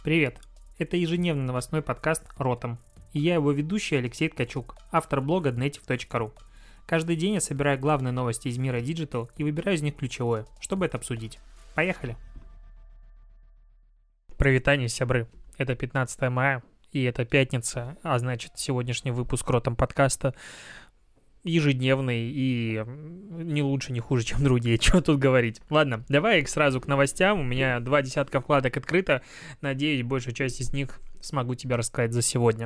Привет! Это ежедневный новостной подкаст «Ротом». И я его ведущий Алексей Ткачук, автор блога dnetiv.ru. Каждый день я собираю главные новости из мира Digital и выбираю из них ключевое, чтобы это обсудить. Поехали! Привет, сябры! Это 15 мая, и это пятница, а значит сегодняшний выпуск «Ротом» подкаста ежедневный и не лучше, не хуже, чем другие. Что тут говорить? Ладно, давай сразу к новостям. У меня 2 десятка вкладок открыто. Надеюсь, большую часть из них смогу тебе рассказать за сегодня.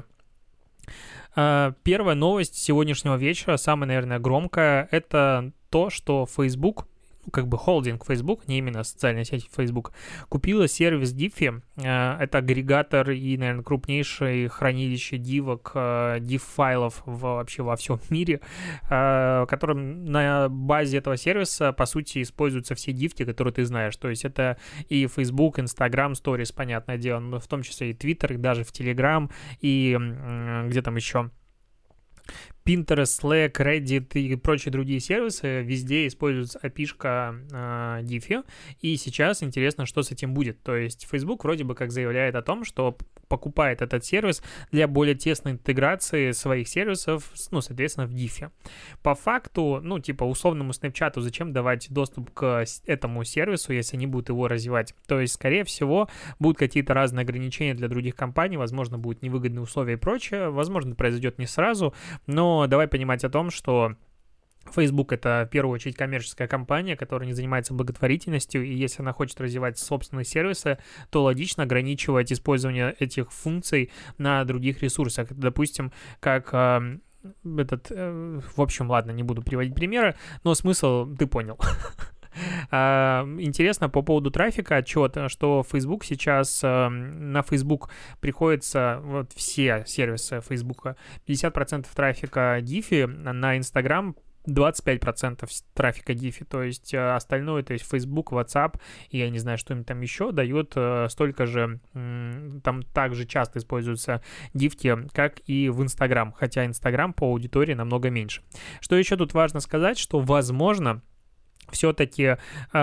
Первая новость сегодняшнего вечера, самая, наверное, громкая, это то, что Facebook, холдинг Facebook, не именно социальная сеть Facebook, купила сервис Diffy. Это агрегатор и, наверное, крупнейшее хранилище дивок, div-файлов вообще во всем мире, которым на базе этого сервиса, по сути, используются все дивки, которые ты знаешь. То есть это и Facebook, Instagram, Stories, понятное дело, но в том числе и Twitter, и даже в Telegram, и где там еще... Pinterest, Slack, Reddit и прочие другие сервисы, везде используется API-шка Diffy, и сейчас интересно, что с этим будет. То есть Facebook вроде бы как заявляет о том, что покупает этот сервис для более тесной интеграции своих сервисов, соответственно, в Diffy. По факту, условному Snapchat зачем давать доступ к этому сервису, если они будут его развивать? То есть, скорее всего, будут какие-то разные ограничения для других компаний, возможно, будут невыгодные условия и прочее, возможно, это произойдет не сразу, но давай понимать о том, что Facebook — это в первую очередь коммерческая компания, которая не занимается благотворительностью, и если она хочет развивать собственные сервисы, то логично ограничивать использование этих функций на других ресурсах. Допустим, как в общем, ладно, не буду приводить примеры, но смысл ты понял. Интересно по поводу трафика отчет, что Facebook сейчас на Facebook приходится все сервисы Facebook, 50% трафика Diffy, на Instagram 25% трафика Diffy, то есть остальное, то есть Facebook, WhatsApp и я не знаю, что им там еще дают столько же, там также часто используются Diffy, как и в Instagram, хотя Instagram по аудитории намного меньше. Что еще тут важно сказать, что возможно все-таки,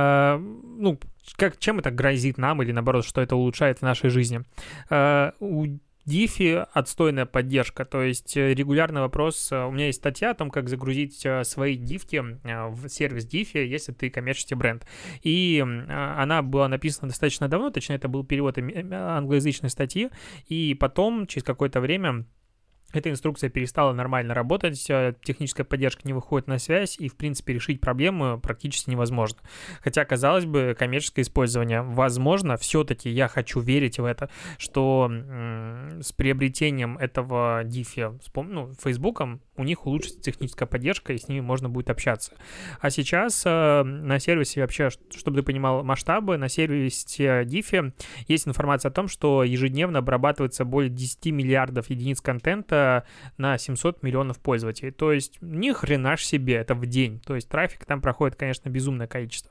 чем это грозит нам или наоборот, что это улучшает в нашей жизни? У Diffy отстойная поддержка, то есть регулярный вопрос, у меня есть статья о том, как загрузить свои дивки в сервис Diffy, если ты коммерческий бренд. И она была написана достаточно давно, точнее это был перевод англоязычной статьи, и потом, через какое-то время, эта инструкция перестала нормально работать, техническая поддержка не выходит на связь, и, в принципе, решить проблему практически невозможно. Хотя, казалось бы, коммерческое использование. Возможно, все-таки я хочу верить в это, что с приобретением этого Diffy, Фейсбуком, у них улучшится техническая поддержка, и с ними можно будет общаться. А сейчас на сервисе вообще, чтобы ты понимал масштабы, на сервисе Diffy есть информация о том, что ежедневно обрабатывается более 10 миллиардов единиц контента на 700 миллионов пользователей. То есть ни хрена ж себе, это в день. То есть трафик там проходит, конечно, безумное количество.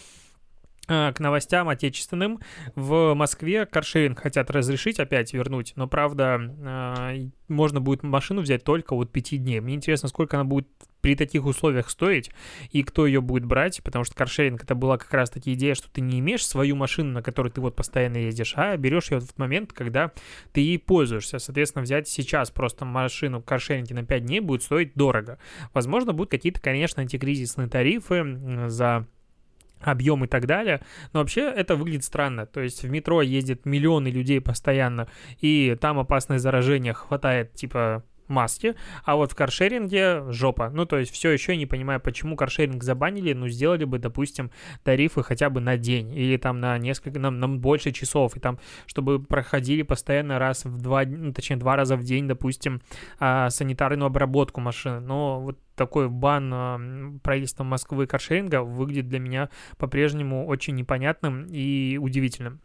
К новостям отечественным. В Москве каршеринг хотят разрешить, опять вернуть, но, правда, можно будет машину взять только 5 дней. Мне интересно, сколько она будет при таких условиях стоить и кто ее будет брать, потому что каршеринг — это была как раз-таки идея, что ты не имеешь свою машину, на которой ты постоянно ездишь, а берешь ее в момент, когда ты ей пользуешься. Соответственно, взять сейчас просто машину в каршеринге на 5 дней будет стоить дорого. Возможно, будут какие-то, конечно, антикризисные тарифы за объем и так далее, но вообще это выглядит странно, то есть в метро ездят миллионы людей постоянно, и там опасное заражение хватает, маски, а в каршеринге жопа. То есть все еще не понимаю, почему каршеринг забанили, сделали бы, допустим, тарифы хотя бы на день или там на несколько, на больше часов, и там, чтобы проходили постоянно два раза в день, допустим, санитарную обработку машины. Но такой бан правительством Москвы каршеринга выглядит для меня по-прежнему очень непонятным и удивительным.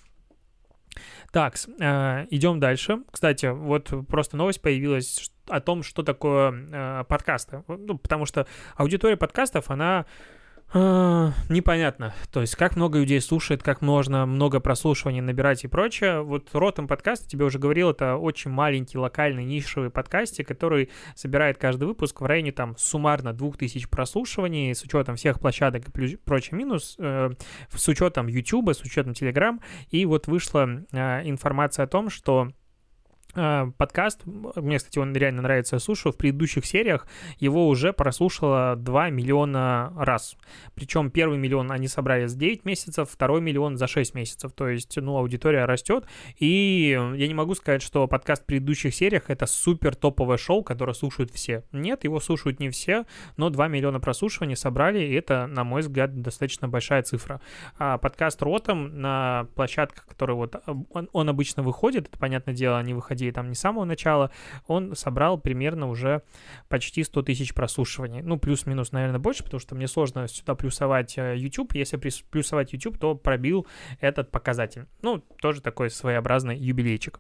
Так, идем дальше. Кстати, просто новость появилась о том, что такое подкасты. Потому что аудитория подкастов, она Непонятно. То есть, как много людей слушает, как можно много прослушиваний набирать и прочее. Вот Ротом подкаст, я тебе уже говорил, это очень маленький, локальный, нишевый подкастик, который собирает каждый выпуск в районе там суммарно 2000 прослушиваний с учетом всех площадок и прочее минус, с учетом YouTube, с учетом Telegram. И вот вышла информация о том, что подкаст, мне, кстати, он реально нравится, я слушаю, в предыдущих сериях его уже прослушало 2 миллиона раз. Причем первый миллион они собрали за 9 месяцев, второй миллион за 6 месяцев. То есть, аудитория растет. И я не могу сказать, что подкаст в предыдущих сериях — это супер топовое шоу, которое слушают все. Нет, его слушают не все, но 2 миллиона прослушиваний собрали, и это, на мой взгляд, достаточно большая цифра. А подкаст Ротом на площадках, которые вот он обычно выходит, это, понятное дело, они выходили там не с самого начала, он собрал примерно уже почти 100 тысяч прослушиваний. Ну, плюс-минус, наверное, больше, потому что мне сложно сюда плюсовать YouTube. Если плюсовать YouTube, то пробил этот показатель. Ну, тоже такой своеобразный юбилейчик.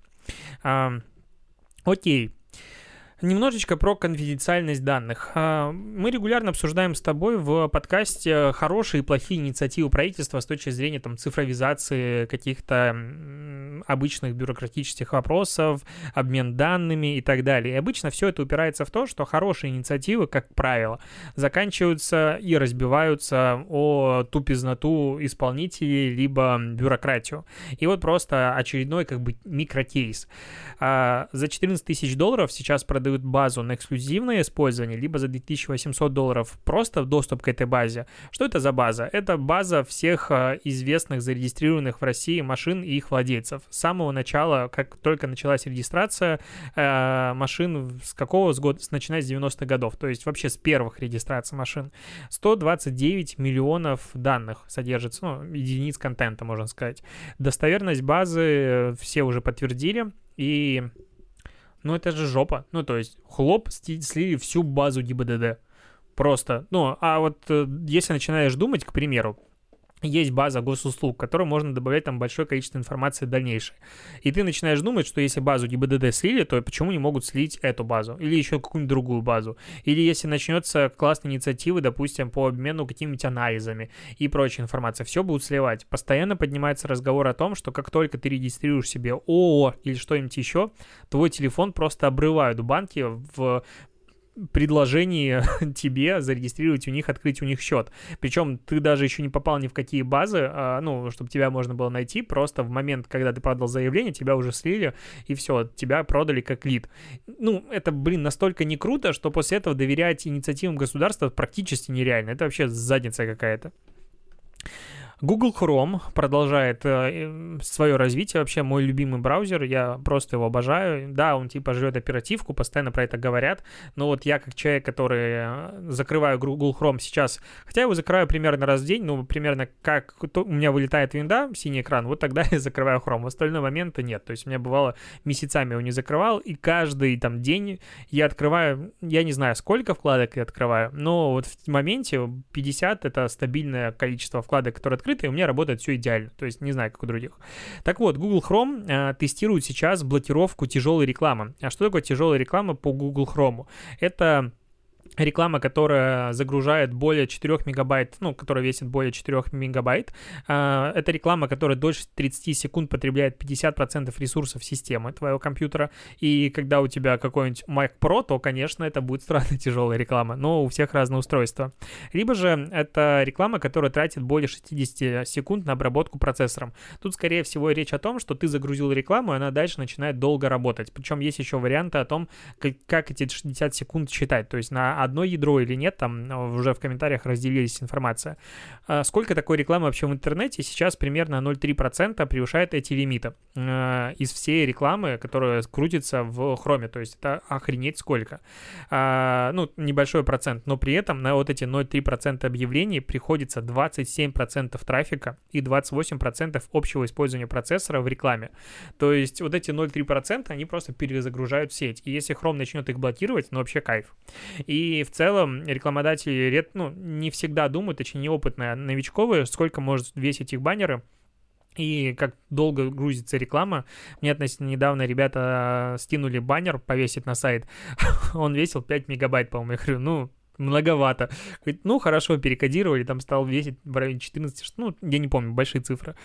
Окей. Немножечко про конфиденциальность данных. Мы регулярно обсуждаем с тобой в подкасте хорошие и плохие инициативы правительства с точки зрения там, цифровизации каких-то обычных бюрократических вопросов, обмен данными и так далее. И обычно все это упирается в то, что хорошие инициативы, как правило, заканчиваются и разбиваются о тупизноту исполнителей либо бюрократию. И вот просто очередной как бы микрокейс. За $14 тысяч сейчас продают базу на эксклюзивное использование, либо за $2800 просто доступ к этой базе. Что это за база? Это база всех известных зарегистрированных в России машин и их владельцев. С самого начала, как только началась регистрация машин, с какого года? Начиная с 90-х годов, то есть вообще с первых регистраций машин. 129 миллионов данных содержится, единиц контента, можно сказать. Достоверность базы все уже подтвердили, и это же жопа. То есть, хлоп, слили всю базу ГИБДД. Просто. А вот если начинаешь думать, к примеру, есть база госуслуг, в которой можно добавлять там большое количество информации дальнейшей. И ты начинаешь думать, что если базу ГИБДД слили, то почему не могут слить эту базу? Или еще какую-нибудь другую базу? Или если начнется классная инициатива, допустим, по обмену какими-нибудь анализами и прочей информацией, все будут сливать. Постоянно поднимается разговор о том, что как только ты регистрируешь себе ООО или что-нибудь еще, твой телефон просто обрывают банки в предложении тебе зарегистрировать у них, открыть у них счет. Причем ты даже еще не попал ни в какие базы, чтобы тебя можно было найти, просто в момент, когда ты подал заявление, тебя уже слили, и все, тебя продали как лид. Это, настолько не круто, что после этого доверять инициативам государства практически нереально. Это вообще задница какая-то. Google Chrome продолжает свое развитие. Вообще мой любимый браузер, я просто его обожаю. Да, он типа жрет оперативку, постоянно про это говорят, но вот я как человек, который закрываю Google Chrome сейчас, хотя я его закрываю примерно раз в день, примерно как у меня вылетает винда, синий экран, вот тогда я закрываю Chrome. В остальные моменты нет. То есть у меня бывало месяцами его не закрывал, и каждый там день я открываю, я не знаю, сколько вкладок я открываю, но вот в моменте 50 — это стабильное количество вкладок, которые открыты, и у меня работает все идеально, то есть не знаю, как у других. Так вот, Google Chrome тестирует сейчас блокировку тяжелой рекламы. А что такое тяжелая реклама по Google Chrome? Это реклама, которая загружает более 4 мегабайт, которая весит более 4 мегабайт. Это реклама, которая дольше 30 секунд потребляет 50% ресурсов системы твоего компьютера. И когда у тебя какой-нибудь Mac Pro, то, конечно, это будет странно тяжелая реклама, но у всех разные устройства. Либо же это реклама, которая тратит более 60 секунд на обработку процессором. Тут, скорее всего, речь о том, что ты загрузил рекламу, и она дальше начинает долго работать. Причем есть еще варианты о том, как эти 60 секунд считать. То есть на одно ядро или нет, там уже в комментариях разделились информация. Сколько такой рекламы вообще в интернете? Сейчас примерно 0,3% превышает эти лимиты из всей рекламы, которая крутится в Chrome. То есть это охренеть сколько. Небольшой процент, но при этом на вот эти 0,3% объявлений приходится 27% трафика и 28% общего использования процессора в рекламе. То есть вот эти 0,3% они просто перезагружают сеть. И если Chrome начнет их блокировать, вообще кайф. И в целом рекламодатели не всегда думают, очень неопытные новичковые, сколько может весить их баннеры и как долго грузится реклама. Мне относительно недавно ребята скинули баннер повесить на сайт. Он весил 5 мегабайт, по-моему. Я говорю, многовато. Говорит, ну, хорошо, перекодировали, там стал весить в районе 14, ну, я не помню, большие цифры.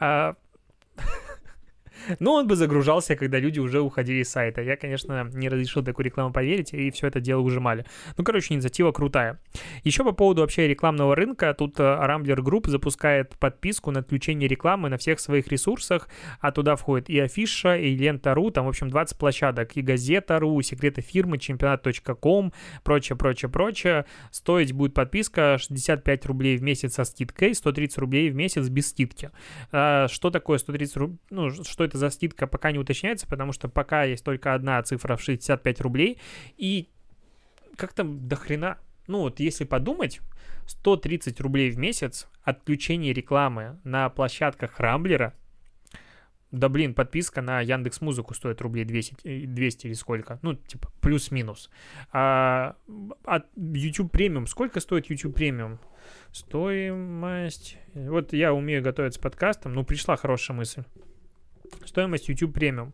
Но он бы загружался, когда люди уже уходили с сайта. Я, конечно, не разрешил такую рекламу поверить, и все это дело ужимали. Ну, короче, инициатива крутая. Еще по поводу вообще рекламного рынка, тут Rambler Group запускает подписку на отключение рекламы на всех своих ресурсах, а туда входит и Афиша, и Лента.ру, там, в общем, 20 площадок, и Газета.ру, секреты фирмы, чемпионат.ком, прочее. Стоить будет подписка 65 рублей в месяц со скидкой, 130 рублей в месяц без скидки. Что такое 130 рублей? Ну, что это за скидка, пока не уточняется, потому что пока есть только одна цифра в 65 рублей, и как-то дохрена. Ну вот если подумать, 130 рублей в месяц, отключение рекламы на площадках Рамблера, да блин, подписка на Яндекс.Музыку стоит рублей 200 или сколько, ну типа плюс-минус. А YouTube Премиум, сколько стоит YouTube Премиум? Стоимость... Вот я умею готовиться подкастом, ну пришла хорошая мысль. Стоимость YouTube Premium.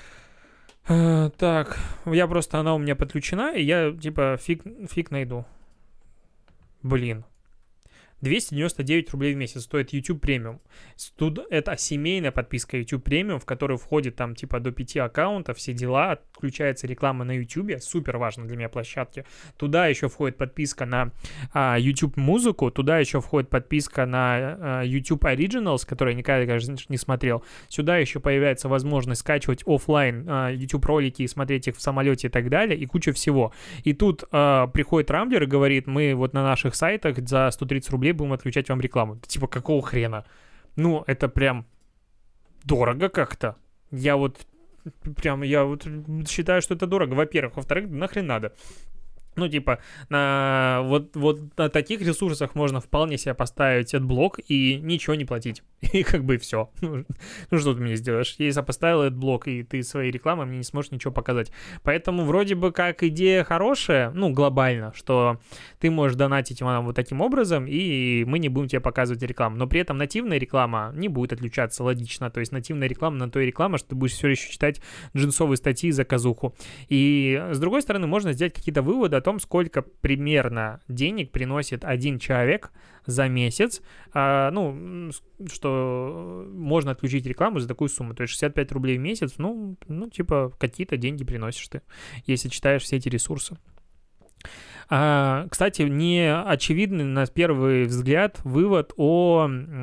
Так, она у меня подключена, и я типа фиг найду. Блин. 299 рублей в месяц стоит YouTube Premium. Это семейная подписка YouTube Premium, в которую входит там типа до 5 аккаунтов, все дела, отключается реклама на YouTube, супер важно для меня площадки. Туда еще входит подписка на YouTube Музыку, туда еще входит подписка на YouTube Originals, который я никогда, конечно, не смотрел. Сюда еще появляется возможность скачивать офлайн YouTube ролики и смотреть их в самолете и так далее, и куча всего. И тут приходит Рамблер и говорит, мы вот на наших сайтах за 130 рублей будем отключать вам рекламу. Типа, какого хрена? Ну, это прям дорого как-то. Я вот считаю, что это дорого. Во-первых. Во-вторых, нахрен надо. Ну, типа, вот на таких ресурсах можно вполне себе поставить адблок и ничего не платить. И как бы все. Ну, что ты мне сделаешь? Если я поставил адблок, и ты своей рекламой мне не сможешь ничего показать. Поэтому вроде бы как идея хорошая, ну, глобально, что ты можешь донатить нам вот таким образом, и мы не будем тебе показывать рекламу. Но при этом нативная реклама не будет отключаться логично. То есть нативная реклама на то и реклама, что ты будешь все еще читать джинсовые статьи за казуху. И с другой стороны, можно сделать какие-то выводы о том, сколько примерно денег приносит один человек за месяц, что можно отключить рекламу за такую сумму. То есть 65 рублей в месяц, типа, какие-то деньги приносишь ты, если читаешь все эти ресурсы. Кстати, не очевидный на первый взгляд вывод о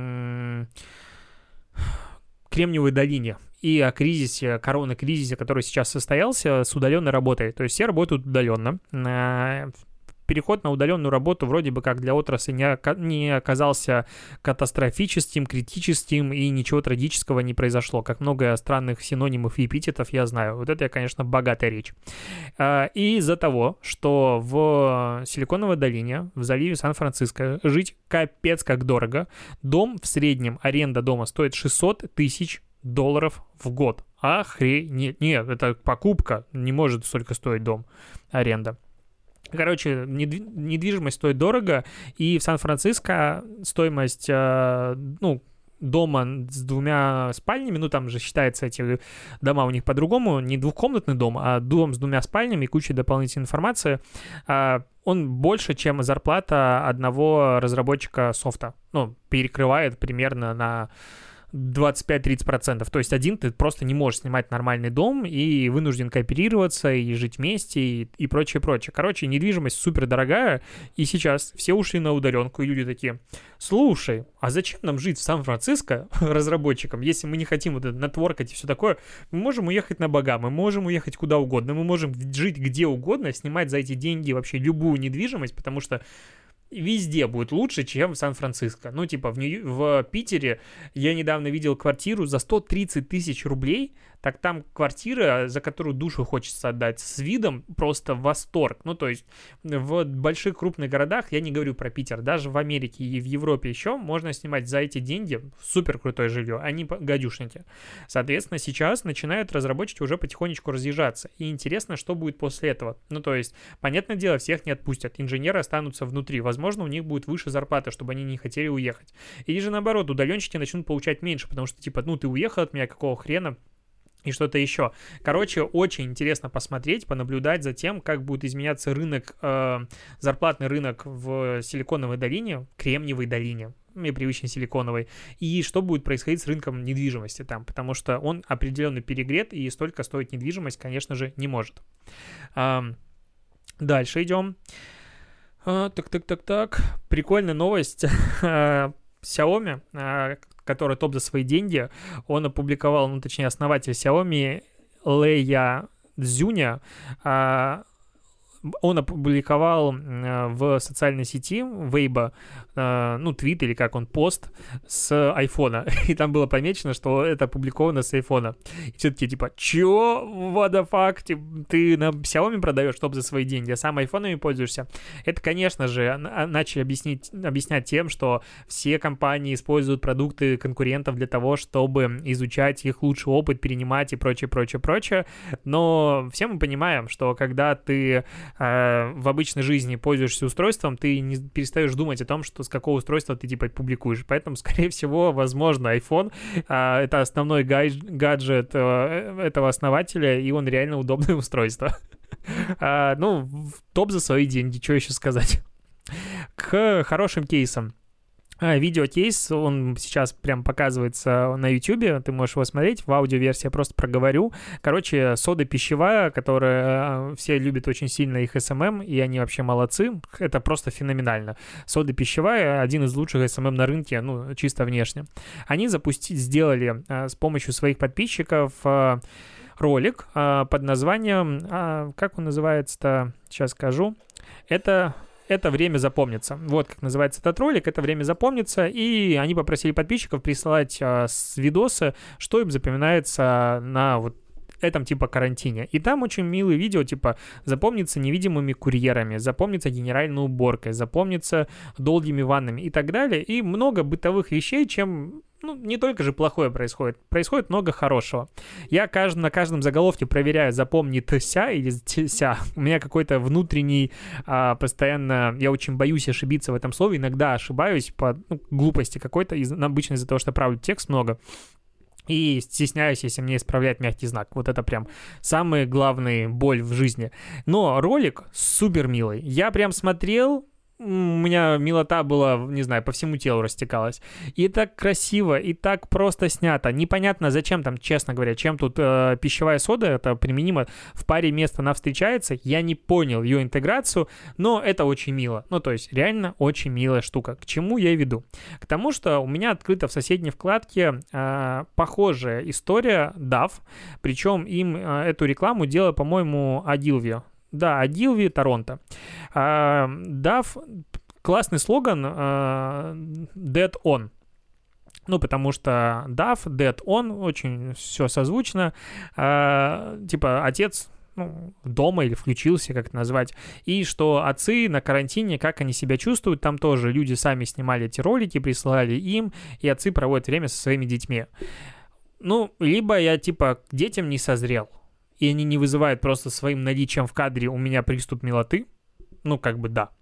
Кремниевой долине и о кризисе, коронакризисе, который сейчас состоялся с удаленной работой. То есть все работают удаленно. Переход на удаленную работу вроде бы как для отрасли не оказался катастрофическим, критическим, и ничего трагического не произошло. Как много странных синонимов и эпитетов я знаю. Вот это, конечно, богатая речь. И из-за того, что в Силиконовой долине, в заливе Сан-Франциско, жить капец как дорого. Дом в среднем, аренда дома стоит $600 тысяч в год. Охренеть. Нет, это покупка. Не может столько стоить дом, аренда. Короче, недвижимость стоит дорого, и в Сан-Франциско стоимость, дома с 2 спальнями, там же считается эти дома у них по-другому, не двухкомнатный дом, а дом с 2 спальнями, кучей дополнительной информации, он больше, чем зарплата одного разработчика софта. Перекрывает примерно на 25-30%. То есть один ты просто не можешь снимать нормальный дом и вынужден кооперироваться и жить вместе и прочее. Короче, недвижимость супер дорогая, и сейчас все ушли на удаленку, и люди такие: слушай, а зачем нам жить в Сан-Франциско разработчикам, если мы не хотим вот это нетворкать и все такое? Мы можем уехать на Багам, мы можем уехать куда угодно, мы можем жить где угодно, снимать за эти деньги вообще любую недвижимость, потому что везде будет лучше, чем в Сан-Франциско. В Питере я недавно видел квартиру за 130 тысяч рублей. Так там квартира, за которую душу хочется отдать, с видом просто восторг. То есть в больших крупных городах, я не говорю про Питер, даже в Америке и в Европе еще можно снимать за эти деньги супер крутое жилье, а не гадюшники. Соответственно, сейчас начинают разработчики уже потихонечку разъезжаться. И интересно, что будет после этого. То есть, понятное дело, всех не отпустят. Инженеры останутся внутри. Возможно, у них будет выше зарплата, чтобы они не хотели уехать. Или же наоборот, удаленщики начнут получать меньше, потому что, ты уехал от меня, какого хрена? и что-то еще. Короче, очень интересно посмотреть, понаблюдать за тем, как будет изменяться рынок, зарплатный рынок в Силиконовой долине, Кремниевой долине, мне привычно силиконовой, и что будет происходить с рынком недвижимости там, потому что он определенно перегрет, и столько стоить недвижимость, конечно же, не может. Дальше идем. Так. Прикольная новость. Xiaomi, который топ за свои деньги, он опубликовал, ну, точнее, основатель Xiaomi Лэя Цзюня, он опубликовал в социальной сети Weibo, ну, твит или как он, пост с айфона. И там было помечено, что это опубликовано с айфона. И все таки типа, чё? What the fuck? Ты на Xiaomi продаешь топ за свои деньги, а сам айфонами пользуешься? Это, конечно же, начали объяснять тем, что все компании используют продукты конкурентов для того, чтобы изучать их лучший опыт, перенимать и прочее. Но все мы понимаем, что когда ты в обычной жизни пользуешься устройством, ты не перестаешь думать о том, что с какого устройства ты типа публикуешь. Поэтому, скорее всего, возможно, iPhone это основной гаджет этого основателя, и он реально удобное устройство. Ну, топ за свои деньги, что еще сказать. К хорошим кейсам. Видеокейс, он сейчас прям показывается на YouTube, ты можешь его смотреть, в аудиоверсии я просто проговорю. Короче, сода пищевая, которая все любят очень сильно их SMM, и они вообще молодцы, это просто феноменально. Сода пищевая, один из лучших SMM на рынке, ну, чисто внешне. Они сделали с помощью своих подписчиков ролик под названием, как он называется-то, сейчас скажу, это время запомнится. Вот как называется этот ролик, это время запомнится, и они попросили подписчиков присылать видосы, что им запоминается на вот этом типа карантине. И там очень милые видео, типа запомнится невидимыми курьерами, запомнится генеральной уборкой, запомнится долгими ваннами и так далее. И много бытовых вещей, чем... Ну, не только же плохое происходит. Происходит много хорошего. Я на каждом заголовке проверяю, запомнится или ся. У меня какой-то внутренний постоянно... Я очень боюсь ошибиться в этом слове. Иногда ошибаюсь по глупости какой-то. Обычно из-за того, что правлю текст много. И стесняюсь, если мне исправляет мягкий знак. Вот это прям самая главная боль в жизни. Но ролик супер милый. Я прям смотрел... У меня милота была, не знаю, по всему телу растекалась. И так красиво, и так просто снято. Непонятно, зачем там, честно говоря, чем тут пищевая сода, это применимо. В паре мест она встречается. Я не понял ее интеграцию, но это очень мило. Ну, то есть, реально очень милая штука. К чему я и веду? К тому, что у меня открыта в соседней вкладке похожая история DAF. Причем им эту рекламу делала, по-моему, Adilvio. Да, Adilvio, Торонто. DAF, классный слоган Dead On. Ну, потому что DAF, Dead On, очень все созвучно. Типа отец дома или включился, как это назвать. И что отцы на карантине, как они себя чувствуют, там тоже люди сами снимали эти ролики, присылали им, и отцы проводят время со своими детьми. Ну, либо я типа к детям не созрел, и они не вызывают просто своим наличием в кадре у меня приступ милоты, ну, как бы да.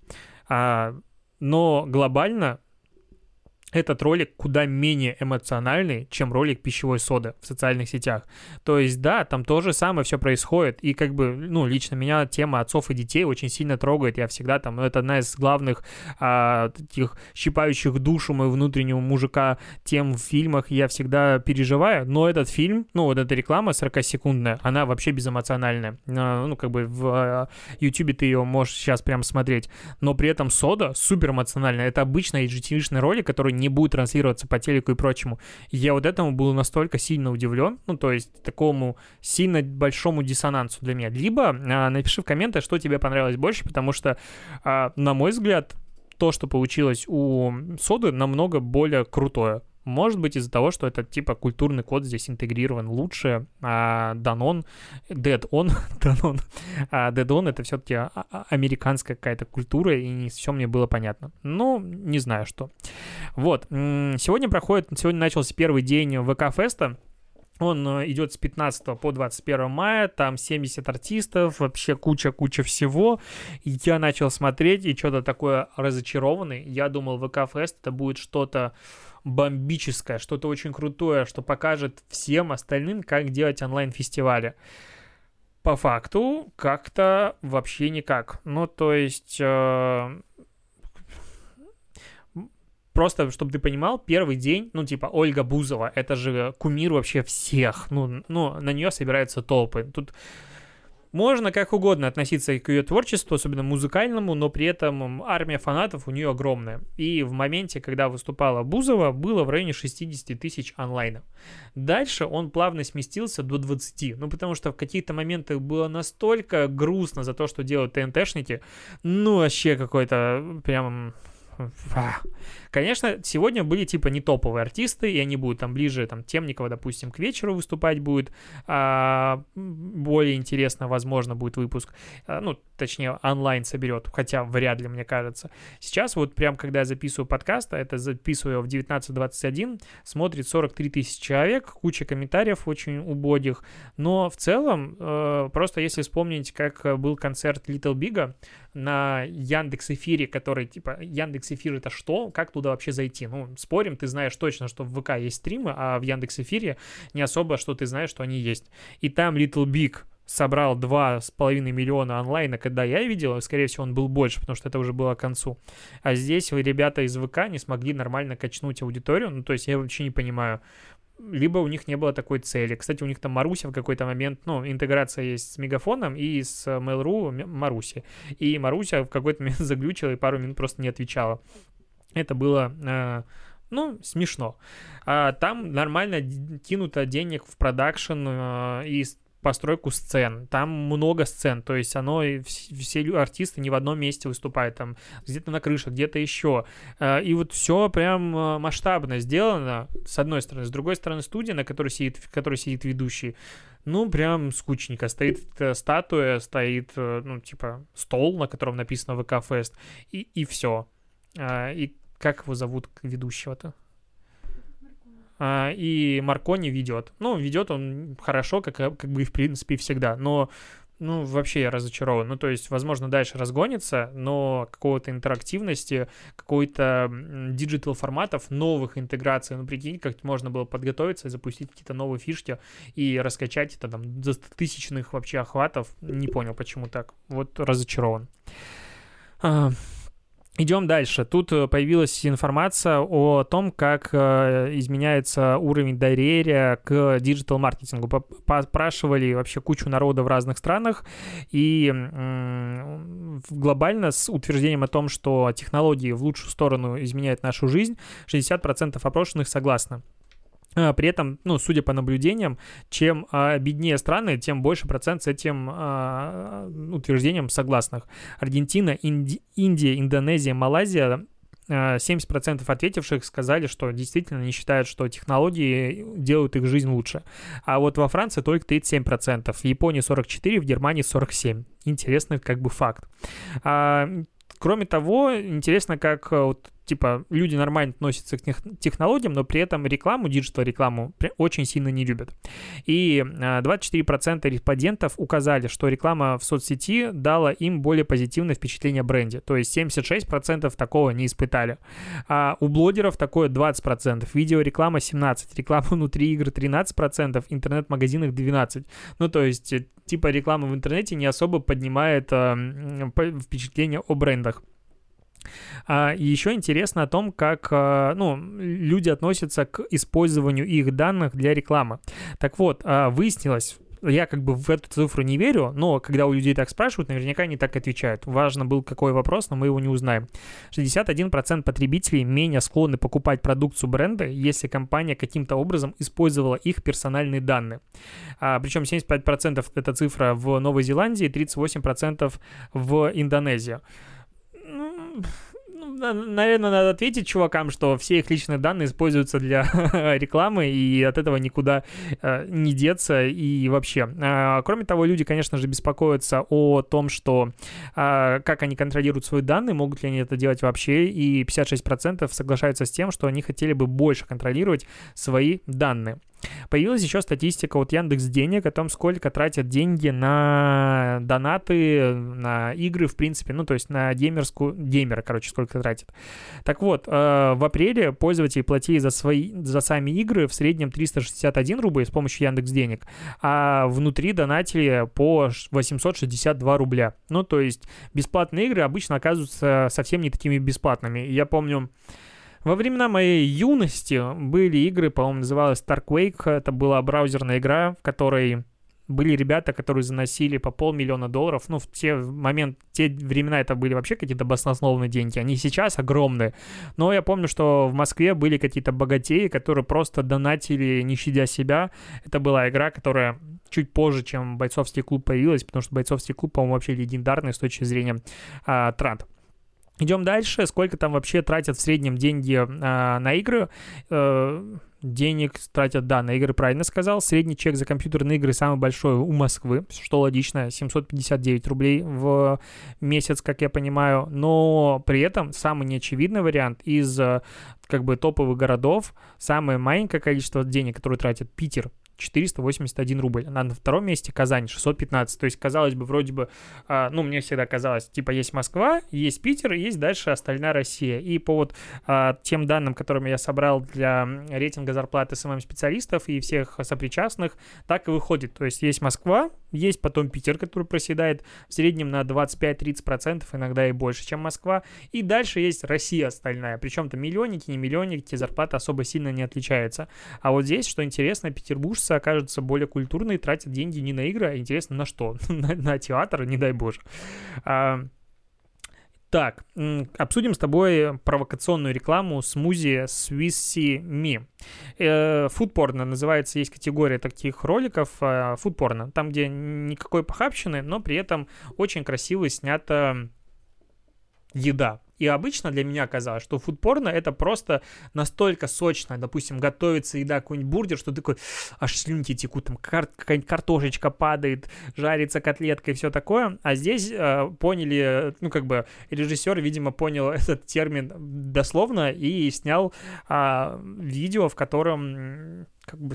Но глобально этот ролик куда менее эмоциональный, чем ролик пищевой соды в социальных сетях. То есть, да, там то же самое все происходит. И как бы, ну, лично меня тема отцов и детей очень сильно трогает. Я всегда там, это одна из главных таких щипающих душу моего внутреннего мужика тем в фильмах. Я всегда переживаю. Но этот фильм, ну, вот эта реклама 40-секундная, она вообще безэмоциональная. Ну, как бы в YouTube ты ее можешь сейчас прям смотреть. Но при этом сода супер эмоциональная. Это обычный HGTV-шный ролик, который не будет транслироваться по телеку и прочему. Я вот этому был настолько сильно удивлен, ну, то есть такому сильно большому диссонансу для меня. Либо напиши в комментах, что тебе понравилось больше, потому что, на мой взгляд, то, что получилось у соды, намного более крутое. Может быть, из-за того, что это типа культурный код здесь интегрирован лучше. Danone, Dead On это все-таки американская какая-то культура, и не все мне было понятно. Ну, не знаю что. Вот. Сегодня начался первый день ВК-феста. Он идет с 15 по 21 мая, там 70 артистов, вообще куча всего. И я начал смотреть, и что-то такое разочарованный. Я думал, ВК-фест это будет что-то бомбическое, что-то очень крутое, что покажет всем остальным, как делать онлайн-фестивали. По факту как-то вообще никак. Ну, то есть... Просто, чтобы ты понимал, первый день, ну, типа, Ольга Бузова, это же кумир вообще всех, ну на нее собираются толпы. Тут можно как угодно относиться к ее творчеству, особенно музыкальному, но при этом армия фанатов у нее огромная. И в моменте, когда выступала Бузова, было в районе 60 тысяч онлайнов. Дальше он плавно сместился до 20, ну, потому что в каких-то моментах было настолько грустно за то, что делают ТНТшники, ну, вообще какой-то прям... Конечно, сегодня были типа не топовые артисты, и они будут там ближе, там, Темникова, допустим, к вечеру выступать будет, более интересно, возможно, будет выпуск, ну, точнее, онлайн соберет, хотя вряд ли, мне кажется. Сейчас вот прям, когда я записываю подкаст, а это записываю в 19:21, смотрит 43 тысячи человек, куча комментариев очень убогих, но в целом, просто если вспомнить, как был концерт Little Big на Яндекс.Эфире, который, типа, Яндекс.Эфир это что? Как туда вообще зайти? Ну, спорим, ты знаешь точно, что в ВК есть стримы, а в Яндекс.Эфире не особо, что ты знаешь, что они есть. И там Little Big собрал 2,5 миллиона онлайна, когда я видел, скорее всего, он был больше, потому что это уже было к концу. А здесь ребята из ВК не смогли нормально качнуть аудиторию, ну, то есть я вообще не понимаю, либо у них не было такой цели. Кстати, у них там Маруся в какой-то момент, ну, интеграция есть с Мегафоном и с Mail.ru Маруси. И Маруся в какой-то момент заглючила и пару минут просто не отвечала. Это было... ну, смешно. Там нормально кинуто денег в продакшн и постройку сцен. Там много сцен, то есть все артисты не в одном месте выступают, там где-то на крыше, где-то еще. И вот все прям масштабно сделано, с одной стороны. С другой стороны, студия, на которой сидит ведущий, ну, прям скучненько. Стоит статуя, стоит, ну, типа, стол, на котором написано ВК-фест, и все. И как его зовут, ведущего-то? И Маркони ведет. Ну, ведет он хорошо, как бы, в принципе, всегда. Но, ну, вообще я разочарован. Ну, то есть, возможно, дальше разгонится, но какого-то интерактивности, какой-то диджитал форматов, новых интеграций, ну, прикинь, как можно было подготовиться и запустить какие-то новые фишки и раскачать это там до тысячных вообще охватов. Не понял, почему так. Вот разочарован. Идем дальше. Тут появилась информация о том, как изменяется уровень доверия к диджитал-маркетингу. Спрашивали вообще кучу народа в разных странах, и глобально с утверждением о том, что технологии в лучшую сторону изменяют нашу жизнь, 60% опрошенных согласны. При этом, ну, судя по наблюдениям, чем беднее страны, тем больше процент с этим утверждением согласных. Аргентина, Индия, Индонезия, Малайзия, 70% ответивших сказали, что действительно не считают, что технологии делают их жизнь лучше. А вот во Франции только 37%, в Японии 44%, в Германии 47%. Интересный как бы факт. Кроме того, интересно, как вот, типа, люди нормально относятся к технологиям, но при этом рекламу, диджитал-рекламу очень сильно не любят. И 24% респондентов указали, что реклама в соцсети дала им более позитивное впечатление о бренде. То есть 76% такого не испытали. А у блогеров такое 20%, видеореклама 17%, реклама внутри игр 13%, интернет-магазинах 12%. Ну, то есть, типа, реклама в интернете не особо поднимает впечатление о брендах. И еще интересно о том, как люди относятся к использованию их данных для рекламы. Так вот, выяснилось, я как бы в эту цифру не верю, но когда у людей так спрашивают, наверняка они так отвечают. Важно был какой вопрос, но мы его не узнаем. 61% потребителей менее склонны покупать продукцию бренда, если компания каким-то образом использовала их персональные данные. Причем 75% это цифра в Новой Зеландии, 38% в Индонезии. Наверное, надо ответить чувакам, что все их личные данные используются для рекламы, и от этого никуда не деться, и вообще. Кроме того, люди, конечно же, беспокоятся о том, что как они контролируют свои данные, могут ли они это делать вообще, и 56% соглашаются с тем, что они хотели бы больше контролировать свои данные. Появилась еще статистика от Яндекс.Денег о том, сколько тратят деньги на донаты, на игры, в принципе, ну, то есть на геймеры, короче, сколько тратят. Так вот, в апреле пользователи платили за сами игры в среднем 361 рубль с помощью Яндекс.Денег, а внутри донатили по 862 рубля. Ну, то есть бесплатные игры обычно оказываются совсем не такими бесплатными. Я помню, во времена моей юности были игры, по-моему, называлась Starquake. Это была браузерная игра, в которой были ребята, которые заносили по $500 000. Ну, в те времена это были вообще какие-то баснословные деньги. Они сейчас огромные. Но я помню, что в Москве были какие-то богатеи, которые просто донатили, не щадя себя. Это была игра, которая чуть позже, чем бойцовский клуб появилась, потому что бойцовский клуб, по-моему, вообще легендарный с точки зрения трат. Идем дальше. Сколько там вообще тратят в среднем деньги на игры? Денег тратят, да, на игры, правильно сказал. Средний чек за компьютерные игры самый большой у Москвы, что логично, 759 рублей в месяц, как я понимаю. Но при этом самый неочевидный вариант из как бы топовых городов, самое маленькое количество денег, которые тратят Питер, 481 рубль. На втором месте Казань 615. То есть, казалось бы, вроде бы, мне всегда казалось, типа, есть Москва, есть Питер, и есть дальше остальная Россия. И по вот тем данным, которыми я собрал для рейтинга зарплаты СММ-специалистов и всех сопричастных, так и выходит. То есть, есть Москва, есть потом Питер, который проседает в среднем на 25-30%, иногда и больше, чем Москва. И дальше есть Россия остальная. Причем-то миллионники, не миллионники, зарплата особо сильно не отличается. А вот здесь, что интересно, петербуржцы окажутся более культурные, тратят деньги не на игры, а интересно на что? на театр, не дай боже. Так, обсудим с тобой провокационную рекламу смузи Swissy Me. Фудпорно называется, есть категория таких роликов, фудпорно, там, где никакой похабщины, но при этом очень красиво снята еда. И обычно для меня казалось, что фудпорно это просто настолько сочно, допустим, готовится еда, какой-нибудь бургер, что такой, аж слюнки текут, там какая-нибудь картошечка падает, жарится котлетка и все такое. А здесь поняли, режиссер, видимо, понял этот термин дословно и снял видео, в котором,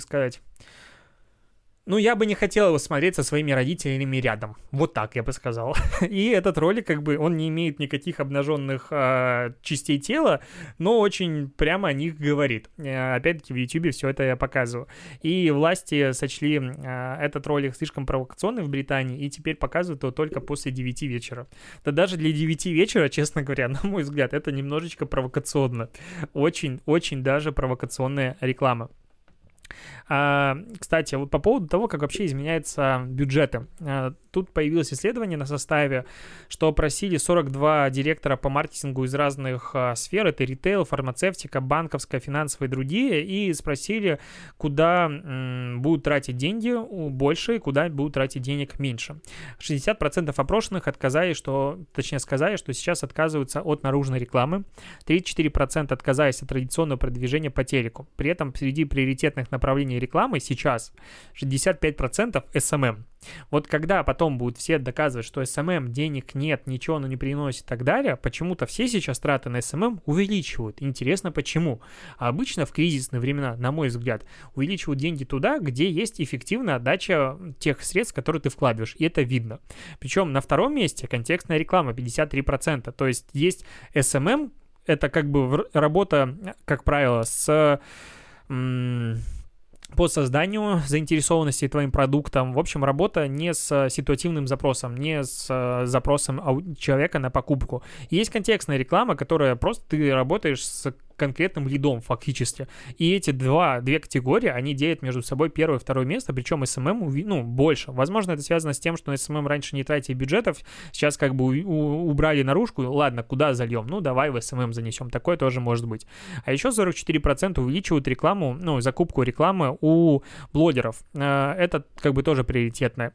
я бы не хотел его смотреть со своими родителями рядом. Вот так я бы сказал. И этот ролик, он не имеет никаких обнаженных частей тела, но очень прямо о них говорит. Опять-таки в YouTube все это я показываю. И власти сочли этот ролик слишком провокационным в Британии, и теперь показывают его только после 9 вечера. Да даже для 9 вечера, честно говоря, на мой взгляд, это немножечко провокационно. Очень даже провокационная реклама. Кстати, вот по поводу того, как вообще изменяются бюджеты. Тут появилось исследование на составе, что опросили 42 директора по маркетингу из разных сфер. Это ритейл, фармацевтика, банковская, финансовая и другие. И спросили, куда будут тратить деньги больше и куда будут тратить денег меньше. 60% опрошенных сказали, что сейчас отказываются от наружной рекламы. 34% отказались от традиционного продвижения по телеку. При этом среди приоритетных направлений рекламы сейчас 65% SMM. Вот когда потом будут все доказывать, что SMM денег нет, ничего оно не приносит и так далее, почему-то все сейчас траты на SMM увеличивают. Интересно, почему? А обычно в кризисные времена, на мой взгляд, увеличивают деньги туда, где есть эффективная отдача тех средств, которые ты вкладываешь, и это видно. Причем на втором месте контекстная реклама 53%, то есть SMM, это работа, как правило, по созданию заинтересованности твоим продуктом. В общем, работа не с ситуативным запросом, не с запросом человека на покупку. Есть контекстная реклама, которая просто ты работаешь с конкретным лидом фактически. И эти две категории, они делят между собой первое и второе место, причем SMM, больше. Возможно, это связано с тем, что на SMM раньше не тратили бюджетов, сейчас убрали наружку, ладно, куда зальем? Давай в SMM занесем. Такое тоже может быть. А еще 44% увеличивают рекламу, закупку рекламы у блогеров. Это тоже приоритетное.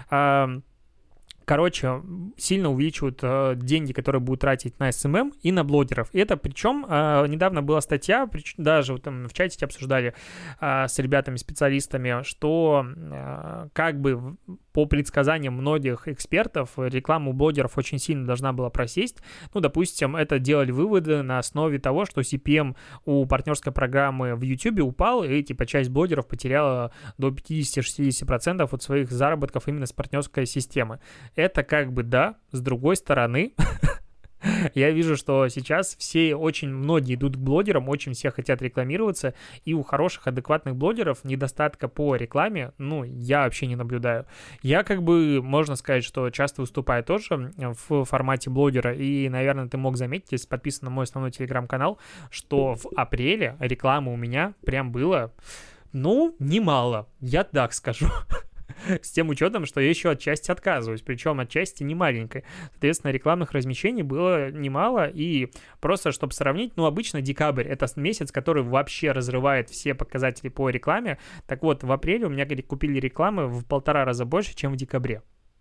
Короче, сильно увеличивают деньги, которые будут тратить на SMM и на блогеров. И это причем недавно была статья, даже вот там в чатике обсуждали с ребятами-специалистами, что по предсказаниям многих экспертов, реклама у блогеров очень сильно должна была просесть. Ну, допустим, это делали выводы на основе того, что CPM у партнерской программы в YouTube упал, и типа часть блогеров потеряла до 50-60% от своих заработков именно с партнерской системы. Это как бы да, с другой стороны... Я вижу, что сейчас очень многие идут к блогерам, очень все хотят рекламироваться, и у хороших, адекватных блогеров недостатка по рекламе, ну, я вообще не наблюдаю. Я как бы, можно сказать, что часто выступаю тоже в формате блогера, и, наверное, ты мог заметить, если подписан на мой основной телеграм-канал, что в апреле рекламы у меня прям было, ну, немало, я так скажу. С тем учетом, что я еще отчасти отказываюсь, причем отчасти не маленькой. Соответственно, рекламных размещений было немало, и просто, чтобы сравнить, ну, обычно декабрь — это месяц, который вообще разрывает все показатели по рекламе. Так вот, в апреле у меня купили рекламы в 1,5 раза больше, чем в декабре.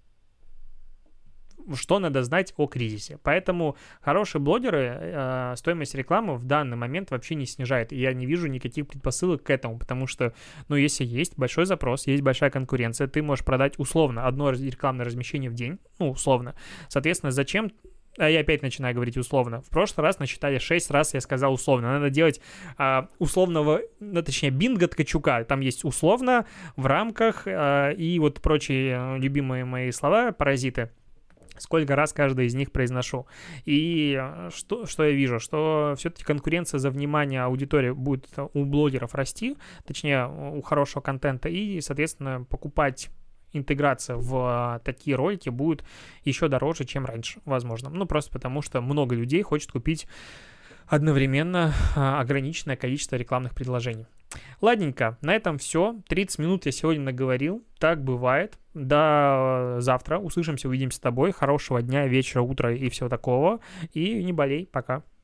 Что надо знать о кризисе. Поэтому хорошие блогеры стоимость рекламы в данный момент вообще не снижает. И я не вижу никаких предпосылок к этому, потому что, ну, если есть большой запрос, есть большая конкуренция, ты можешь продать условно одно рекламное размещение в день, ну, условно. Соответственно, зачем... А я опять начинаю говорить условно. В прошлый раз насчитали 6 раз, я сказал условно. Надо делать условного, ну, точнее, бинго Ткачука. Там есть условно, в рамках и вот прочие любимые мои слова, паразиты. Сколько раз каждый из них произношу. И что я вижу? Что все-таки конкуренция за внимание аудитории будет у блогеров расти, точнее, у хорошего контента, и, соответственно, покупать интеграция в такие ролики будет еще дороже, чем раньше, возможно. Ну, просто потому что много людей хочет купить одновременно ограниченное количество рекламных предложений. Ладненько, на этом все. 30 минут я сегодня наговорил. Так бывает. До завтра. Услышимся, увидимся с тобой. Хорошего дня, вечера, утра и всего такого. И не болей. Пока.